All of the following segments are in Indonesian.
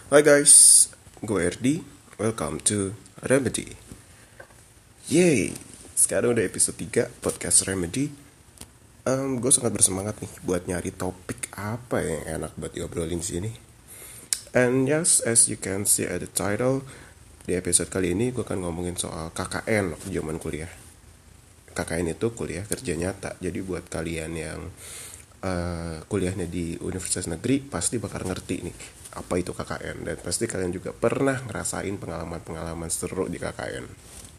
Hai guys, gue Erdi. Welcome to Remedy. Yeay, sekarang udah episode 3 podcast Remedy. Gue sangat bersemangat nih buat nyari topik apa yang enak buat diobrolin di sini. And yes, as you can see at the title, di episode kali ini gue akan ngomongin soal KKN waktu zaman kuliah. KKN itu kuliah kerja nyata. Jadi buat kalian yang kuliahnya di universitas negeri pasti bakal ngerti nih apa itu KKN, dan pasti kalian juga pernah ngerasain pengalaman-pengalaman seru di KKN.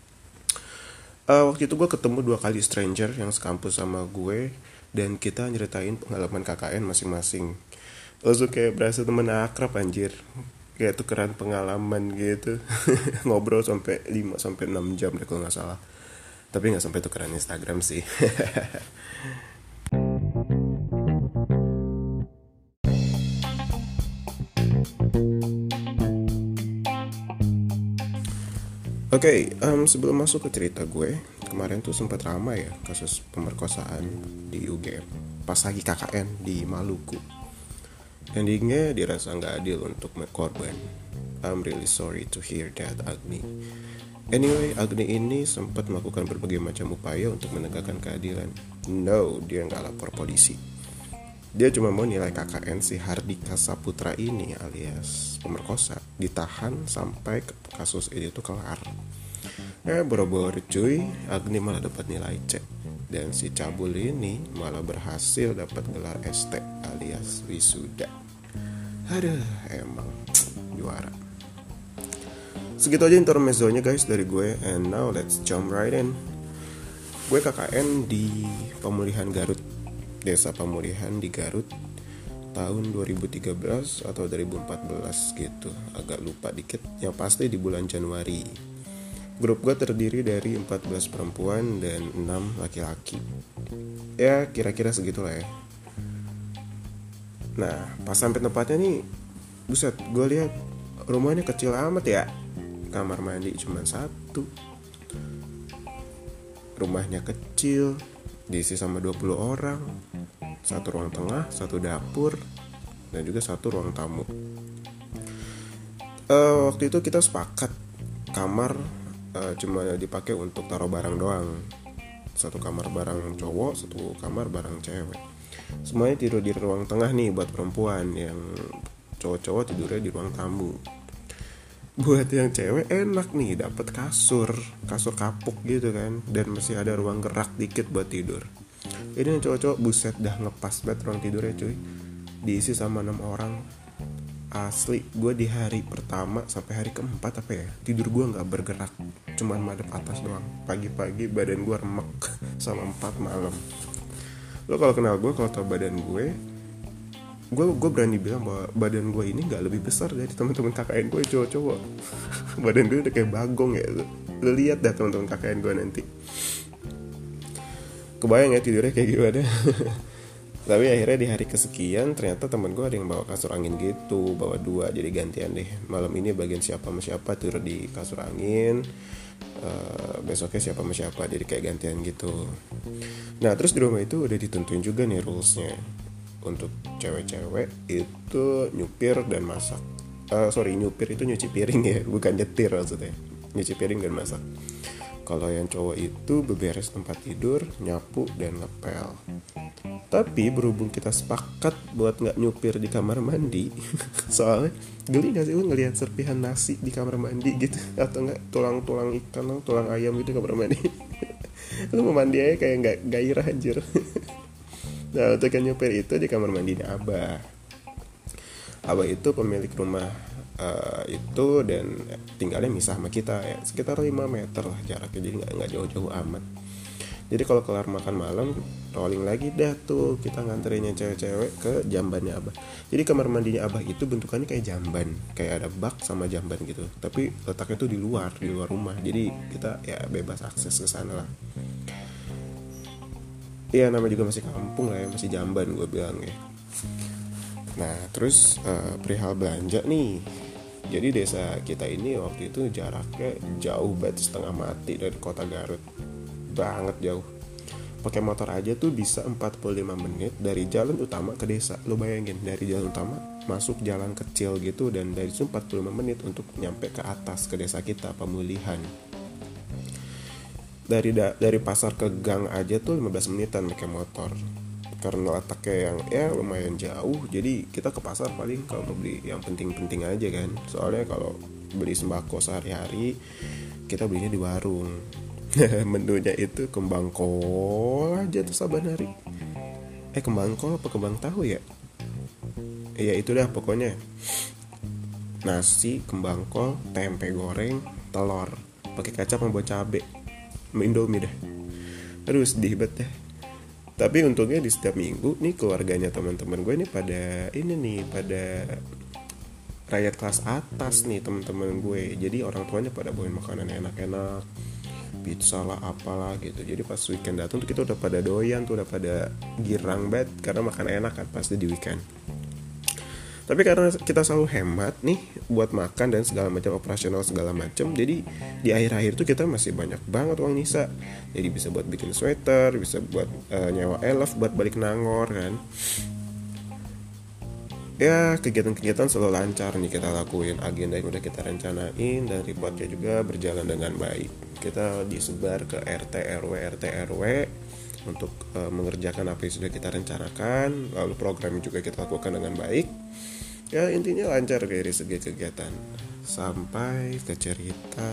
Waktu itu gue ketemu 2 kali stranger yang sekampus sama gue, dan kita nyeritain pengalaman KKN masing-masing. Langsung kayak berasa temen akrab anjir, kayak tukeran pengalaman gitu. Ngobrol sampai 5-6 jam deh kalau nggak salah, tapi nggak sampai tukeran Instagram sih. Oke, sebelum masuk ke cerita gue, kemarin tuh sempat ramai ya kasus pemerkosaan di UGM pas lagi KKN di Maluku. Endingnya dirasa nggak adil untuk korban. I'm really sorry to hear that, Agni. Anyway, Agni ini sempat melakukan berbagai macam upaya untuk menegakkan keadilan. No, dia nggak lapor polisi. Dia cuma mau nilai KKN si Hardika Saputra ini alias pemerkosa ditahan sampai kasus ini tuh kelar. Boro-boro cuy, Agni malah dapat nilai C. Dan si cabul ini malah berhasil dapat gelar ST alias wisuda. Aduh, emang juara. Segitu aja intermezzonya guys dari gue. And now let's jump right in. Gue KKN di Pemulihan Garut, Desa Pemulihan di Garut, tahun 2013 atau 2014 gitu, agak lupa dikit. Yang pasti di bulan Januari. Grup gue terdiri dari 14 perempuan dan 6 laki-laki. Ya kira-kira segitulah ya. Nah pas sampai tempatnya nih, buset, gue lihat rumahnya kecil amat ya. Kamar mandi cuma 1. Rumahnya kecil, diisi sama 20 orang. 1 ruang tengah, 1 dapur, dan juga 1 ruang tamu. Waktu itu kita sepakat kamar cuma dipakai untuk taruh barang doang. 1 kamar barang cowok, 1 kamar barang cewek. Semuanya tidur di ruang tengah nih buat perempuan. Yang cowok-cowok tidurnya di ruang tamu. Buat yang cewek enak nih, dapat kasur kapuk gitu kan, dan masih ada ruang gerak dikit buat tidur. Ini yang cowok-cowok buset dah ngepas banget ruang tidurnya cuy. Diisi sama 6 orang. Asli, gue di hari pertama sampai hari keempat tidur gue gak bergerak, cuman madep atas doang. Pagi-pagi badan gue remek sama 4 malam. Lo kalau kenal gue, kalau tau badan gue berani bilang bahwa badan gue ini gak lebih besar dari teman-teman KKN gue cowok-cowok. Badan gue udah kayak bagong ya. Lo lihat dah teman-teman KKN gue nanti. Kebayang ya tidurnya kayak gimana. Tapi akhirnya di hari kesekian ternyata temen gue ada yang bawa kasur angin gitu, bawa 2, jadi gantian deh. Malam ini bagian siapa sama siapa tidur di kasur angin, besoknya siapa sama siapa, jadi kayak gantian gitu. Nah terus di rumah itu udah ditentuin juga nih rulesnya. Untuk cewek-cewek itu nyupir dan masak. Nyupir itu nyuci piring ya, bukan nyetir maksudnya. Nyuci piring dan masak. Kalau yang cowok itu beberes tempat tidur, nyapu, dan ngepel. Tapi berhubung kita sepakat buat gak nyupir di kamar mandi, soalnya geli gak sih lu ngelihat serpihan nasi di kamar mandi gitu, atau gak tulang-tulang ikan atau tulang ayam gitu di kamar mandi. Lu mau mandi aja kayak gak gairah anjir. Nah untuk yang nyupir itu di kamar mandinya Abah itu pemilik rumah itu, dan tinggalnya misah sama kita ya, sekitar 5 meter lah jaraknya, jadi gak jauh-jauh amat. Jadi kalau kelar makan malam, rolling lagi dah tuh kita nganterinnya cewek-cewek ke jambannya Abah. Jadi kamar mandinya Abah itu bentukannya kayak jamban, kayak ada bak sama jamban gitu. Tapi letaknya tuh di luar rumah. Jadi kita ya bebas akses ke sana lah. Iya namanya juga masih kampung lah ya, masih jamban gue bilang ya. Nah terus perihal belanja nih. Jadi desa kita ini waktu itu jaraknya jauh banget, setengah mati dari kota Garut. Banget jauh. Pakai motor aja tuh bisa 45 menit dari jalan utama ke desa. Lo bayangin, dari jalan utama masuk jalan kecil gitu, dan dari situ 45 menit untuk nyampe ke atas ke desa kita, Pemulihan. Dari pasar ke gang aja tuh 15 menitan pakai motor. Karena letaknya yang ya lumayan jauh, jadi kita ke pasar paling kalau mau beli yang penting-penting aja kan. Soalnya kalau beli sembako sehari-hari kita belinya di warung. Menunya itu kembang kol aja tuh saban hari. Kembang kol apa kembang tahu ya? Ya itu dah pokoknya. Nasi, kembang kol, tempe goreng, telur, pakai kacang sama buat cabe, Indomie dah. Aduh sedih banget dah. Tapi untungnya di setiap minggu nih keluarganya teman-teman gue nih pada rakyat kelas atas nih teman-teman gue. Jadi orang tuanya pada bawain makanan enak-enak, pizza lah apalah gitu. Jadi pas weekend datang tuh kita udah pada doyan tuh, udah pada girang banget karena makan enak kan pasti di weekend. Tapi karena kita selalu hemat nih buat makan dan segala macam, operasional segala macam, jadi di akhir-akhir tuh kita masih banyak banget uang nyisa. Jadi bisa buat bikin sweater, bisa buat nyewa elf buat balik Nangor kan. Ya kegiatan-kegiatan selalu lancar nih kita lakuin, agenda yang udah kita rencanain, dan reportnya juga berjalan dengan baik. Kita disebar ke RT RW untuk mengerjakan apa yang sudah kita rencanakan, lalu programnya juga kita lakukan dengan baik. Ya intinya lancar dari segi kegiatan. Sampai ke cerita.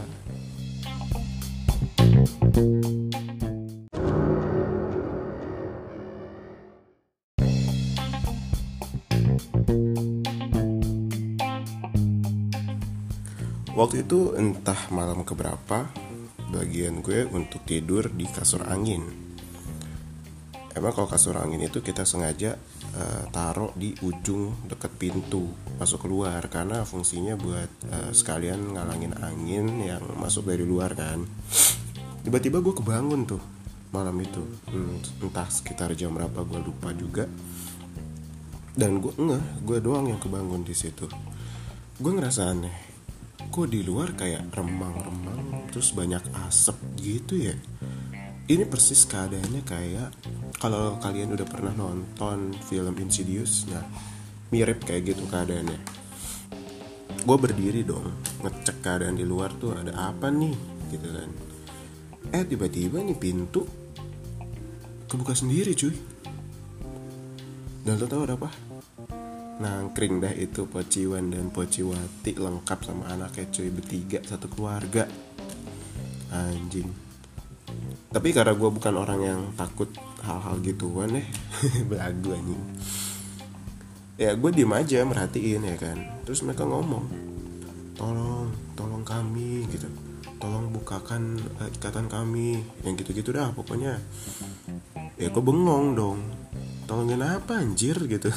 Waktu itu entah malam keberapa, bagian gue untuk tidur di kasur angin. Emang kalau kasur angin itu kita sengaja taruh di ujung dekat pintu masuk keluar, karena fungsinya buat sekalian ngalangin angin yang masuk dari luar kan. Tiba-tiba gue kebangun tuh malam itu, entah sekitar jam berapa gue lupa juga. Dan gue doang yang kebangun di situ. Gue ngerasa aneh, kok di luar kayak remang-remang terus banyak asap gitu ya. Ini persis keadaannya kayak kalau kalian udah pernah nonton film Insidious, nah mirip kayak gitu keadaannya. Gue berdiri dong ngecek keadaan di luar tuh ada apa nih gitu kan. Tiba-tiba nih pintu kebuka sendiri cuy. Dan lo tau ada apa? Nangkring dah itu Pociwan dan Pociwati lengkap sama anaknya cuy, bertiga satu keluarga. Anjing. Tapi karena gue bukan orang yang takut hal-hal gituan belagu anjing. Ya gue diem aja merhatiin ya kan. Terus mereka ngomong, Tolong kami gitu, tolong bukakan ikatan kami, yang gitu-gitu dah pokoknya. Ya gue bengong dong, tolongin apa anjir gitu.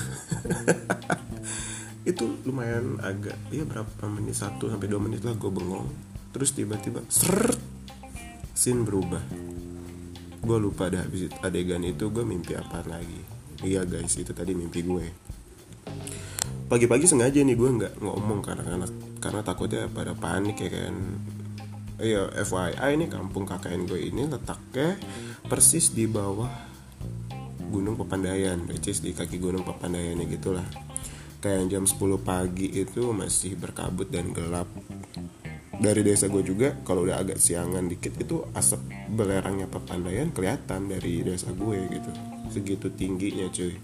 Itu lumayan agak, ya berapa menit, 1-2 menit lah gue bengong. Terus tiba-tiba scene berubah. Gue lupa dah habis adegan itu gue mimpi apa lagi. Iya guys, itu tadi mimpi gue. Pagi-pagi sengaja nih gue nggak ngomong karena takutnya pada panik ya kan. Iya, FYI nih kampung KKN gue ini letaknya persis di bawah Gunung Papandayan, persis di kaki Gunung Papandayan ya gitulah. Kayak jam 10 pagi itu masih berkabut dan gelap. Dari desa gue juga kalau udah agak siangan dikit itu asap belerangnya Papandayan kelihatan dari desa gue gitu. Segitu tingginya cuy.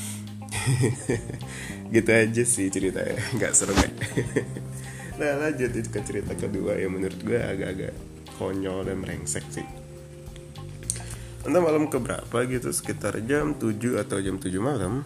Gitu aja sih ceritanya, nggak seru kan? Nah lanjut ke cerita kedua yang menurut gue agak-agak konyol dan merengsek sih. Entah malam keberapa gitu, sekitar jam 7 atau jam 7 malam,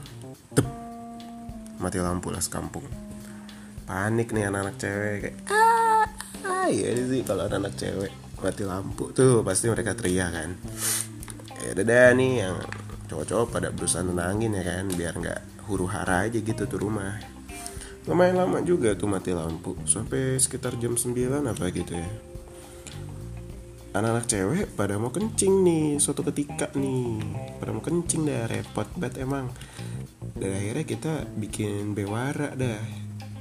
mati lampu lah sekampung. Panik nih anak-anak cewek kayak ya sih kalau anak cewek mati lampu tuh pasti mereka teriak kan. Ya dadah nih yang cowok-cowok pada berusaha nenangin ya kan, biar nggak huru-hara aja gitu tuh rumah. Lumayan lama juga tuh mati lampu, sampai sekitar jam 9 apa gitu ya. Anak-anak cewek pada mau kencing nih suatu ketika nih, pada mau kencing dah, repot banget emang. Dan akhirnya kita bikin bewara dah,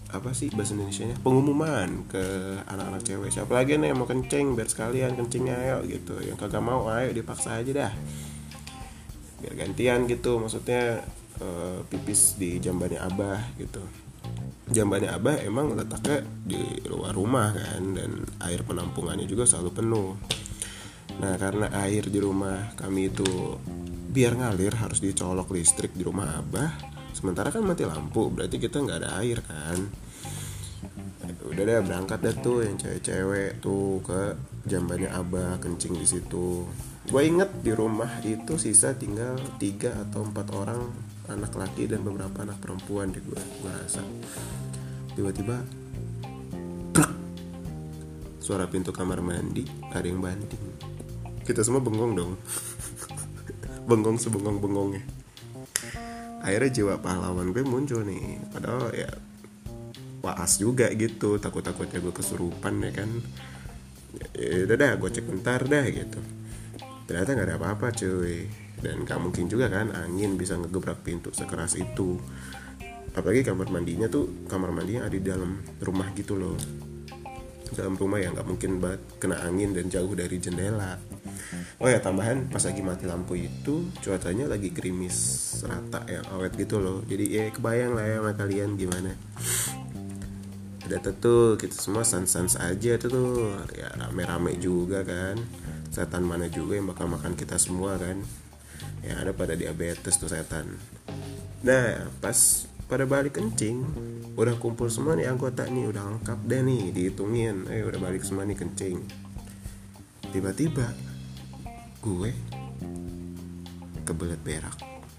apa sih bahasa Indonesianya, pengumuman ke anak-anak cewek, siapa lagi nih yang mau kencing, biar sekalian kencingnya ayo gitu, yang kagak mau ayo dipaksa aja dah, biar gantian gitu, maksudnya pipis di jambannya abah gitu. Jambannya abah emang letaknya di luar rumah kan, dan air penampungannya juga selalu penuh. Nah karena air di rumah kami itu biar ngalir harus dicolok listrik di rumah abah, sementara kan mati lampu, berarti kita nggak ada air kan. Udah deh berangkat dah tuh yang cewek-cewek tuh ke jambannya abah kencing di situ. Gue inget di rumah itu sisa tinggal 3 atau 4 orang, anak laki dan beberapa anak perempuan deh gue rasa. Tiba-tiba truk, suara pintu kamar mandi ada yang banting. Kita semua bengong dong. Bengong sebengong-bengongnya. Akhirnya jiwa pahlawan gue muncul nih. Padahal ya waas juga gitu, takut-takutnya gue kesurupan ya kan. Ya udah dah, gue cek bentar dah gitu. Ternyata gak ada apa-apa cuy. Dan gak mungkin juga kan angin bisa ngegebrak pintu sekeras itu. Apalagi kamar mandinya ada di dalam rumah gitu loh. Dalam rumah ya gak mungkin banget kena angin dan jauh dari jendela. Oh ya tambahan, pas lagi mati lampu itu cuacanya lagi gerimis rata yang awet gitu loh. Jadi ya kebayang lah ya sama kalian gimana. Udah tuh kita semua sans-sans aja tuh, ya rame-rame juga kan. Setan mana juga yang bakal makan kita semua kan. Ya ada pada diabetes tuh setan. Nah pas pada balik kencing, udah kumpul semua nih anggota nih, udah lengkap deh nih dihitungin. Udah balik semua nih kencing. Tiba-tiba gue kebelet berak.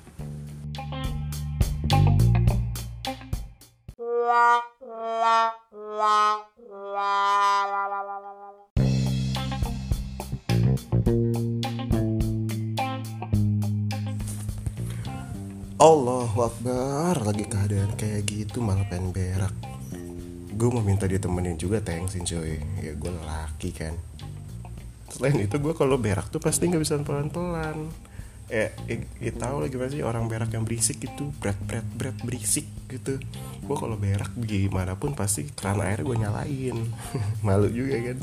Allahu Akbar, lagi keadaan kayak gitu malah pengen berak. Gue mau minta ditemenin juga, thanksin coy. Ya gue laki kan. Selain itu gue kalau berak tuh pasti gak bisa pelan-pelan. Tahu lah gimana sih orang berak yang berisik gitu, bret berisik gitu. Gue kalau berak gimana pun pasti keran air gue nyalain. Malu juga kan.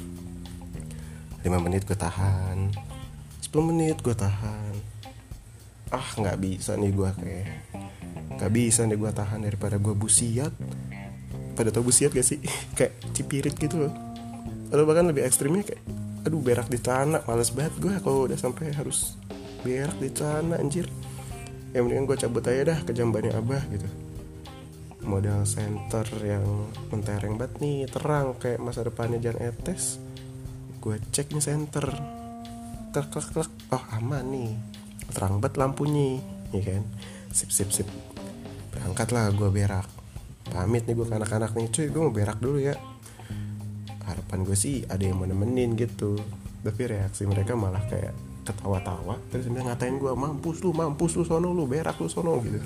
5 menit gue tahan, 10 menit gue tahan. Gak bisa nih gue gak bisa nih gue tahan, daripada gue busiat. Pada tau busiat gak sih? Kayak cipirit gitu loh. Atau bahkan lebih ekstrimnya kayak aduh berak di celana, males banget gue kalau udah sampai harus berak di celana anjir. Ya mendingan gue cabut aja dah ke jambannya abah gitu. Model center yang mentereng banget nih, terang kayak masa depannya Jan Etes. Gue cek nih center, klek, oh aman nih, terang banget lampunya, ya kan. Sip. Berangkat lah gue berak. Pamit nih gue ke anak-anak nih, cuy gue mau berak dulu ya. Harapan gue sih ada yang mau nemenin gitu, tapi reaksi mereka malah kayak ketawa-tawa, terus dia ngatain gue, mampus lu sono, lu berak lu sono gitu.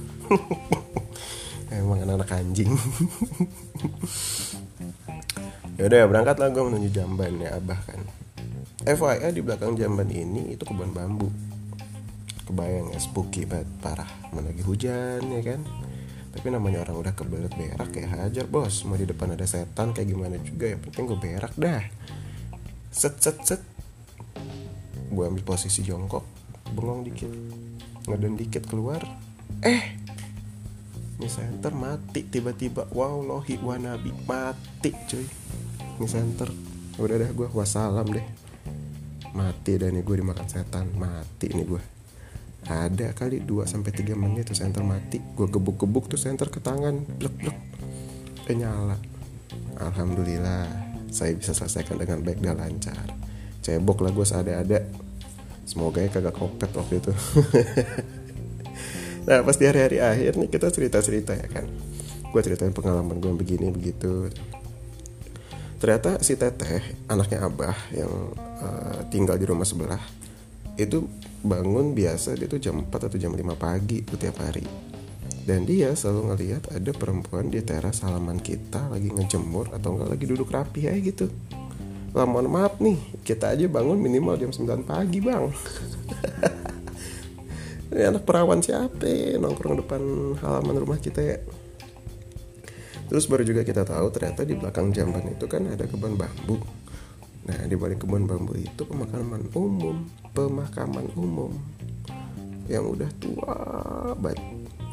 Emang anak-anak anjing. Yaudah berangkat lah gue menuju jamban ya abah kan. FYI di belakang jamban ini itu kebun bambu. Kebayang ya, spooky banget parah. Mana lagi hujan ya kan. Tapi namanya orang udah kebelet berak ya hajar bos. Mau di depan ada setan kayak gimana juga, yang penting gue berak dah. Set. Gue ambil posisi jongkok, bengong dikit, ngeden dikit keluar. Ini center mati tiba-tiba. Wallahi wa nabi, mati cuy. Ini center. Udah dah gue wassalam deh. Mati dah nih gue dimakan setan. Mati nih gue. Ada kali 2-3 menit tuh center mati. Gue gebuk-gebuk tuh center ke tangan, blek nyala. Alhamdulillah saya bisa selesaikan dengan baik dan lancar. Cebok lah gue seadanya. Semoga ya kagak kopet waktu itu. Nah pas di hari-hari akhir nih kita cerita-cerita ya kan. Gue ceritain pengalaman gue begini begitu. Ternyata si Teteh, anaknya abah yang tinggal di rumah sebelah, itu bangun biasa dia tuh jam 4 atau jam 5 pagi tuh tiap hari. Dan dia selalu ngelihat ada perempuan di teras halaman kita lagi ngejemur atau enggak lagi duduk rapi aja gitu. Lah mohon maaf nih, kita aja bangun minimal jam 9 pagi bang. Ini anak perawan siapa nongkrong depan halaman rumah kita ya. Terus baru juga kita tahu ternyata di belakang jamban itu kan ada kebun bambu. Nah di balik kebun bambu itu pemakaman umum yang udah tua banget.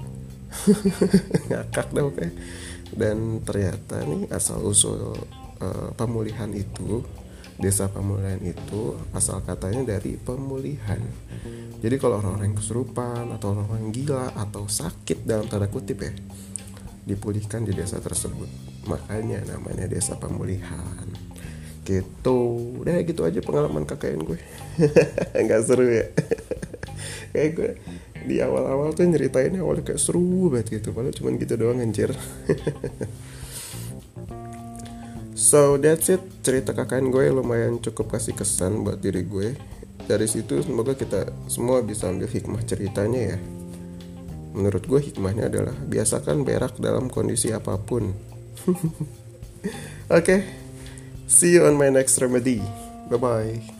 Ngakak dah oke. Dan ternyata nih asal usul pemulihan itu, desa pemulihan itu asal katanya dari pemulihan. Jadi kalau orang-orang yang kesurupan atau orang gila atau sakit dalam tanda kutip ya, dipulihkan di desa tersebut. Makanya namanya desa pemulihan. Gitu. Udah gitu aja pengalaman KKN gue. Nggak seru ya. Kayak gue di awal-awal tuh nyeritainnya awalnya kayak seru banget gitu, padahal cuma gitu doang anjir. So that's it, cerita KKN gue lumayan cukup kasih kesan buat diri gue. Dari situ semoga kita semua bisa ambil hikmah ceritanya ya. Menurut gue hikmahnya adalah biasakan berak dalam kondisi apapun. Oke, see you on my next remedy. Bye bye.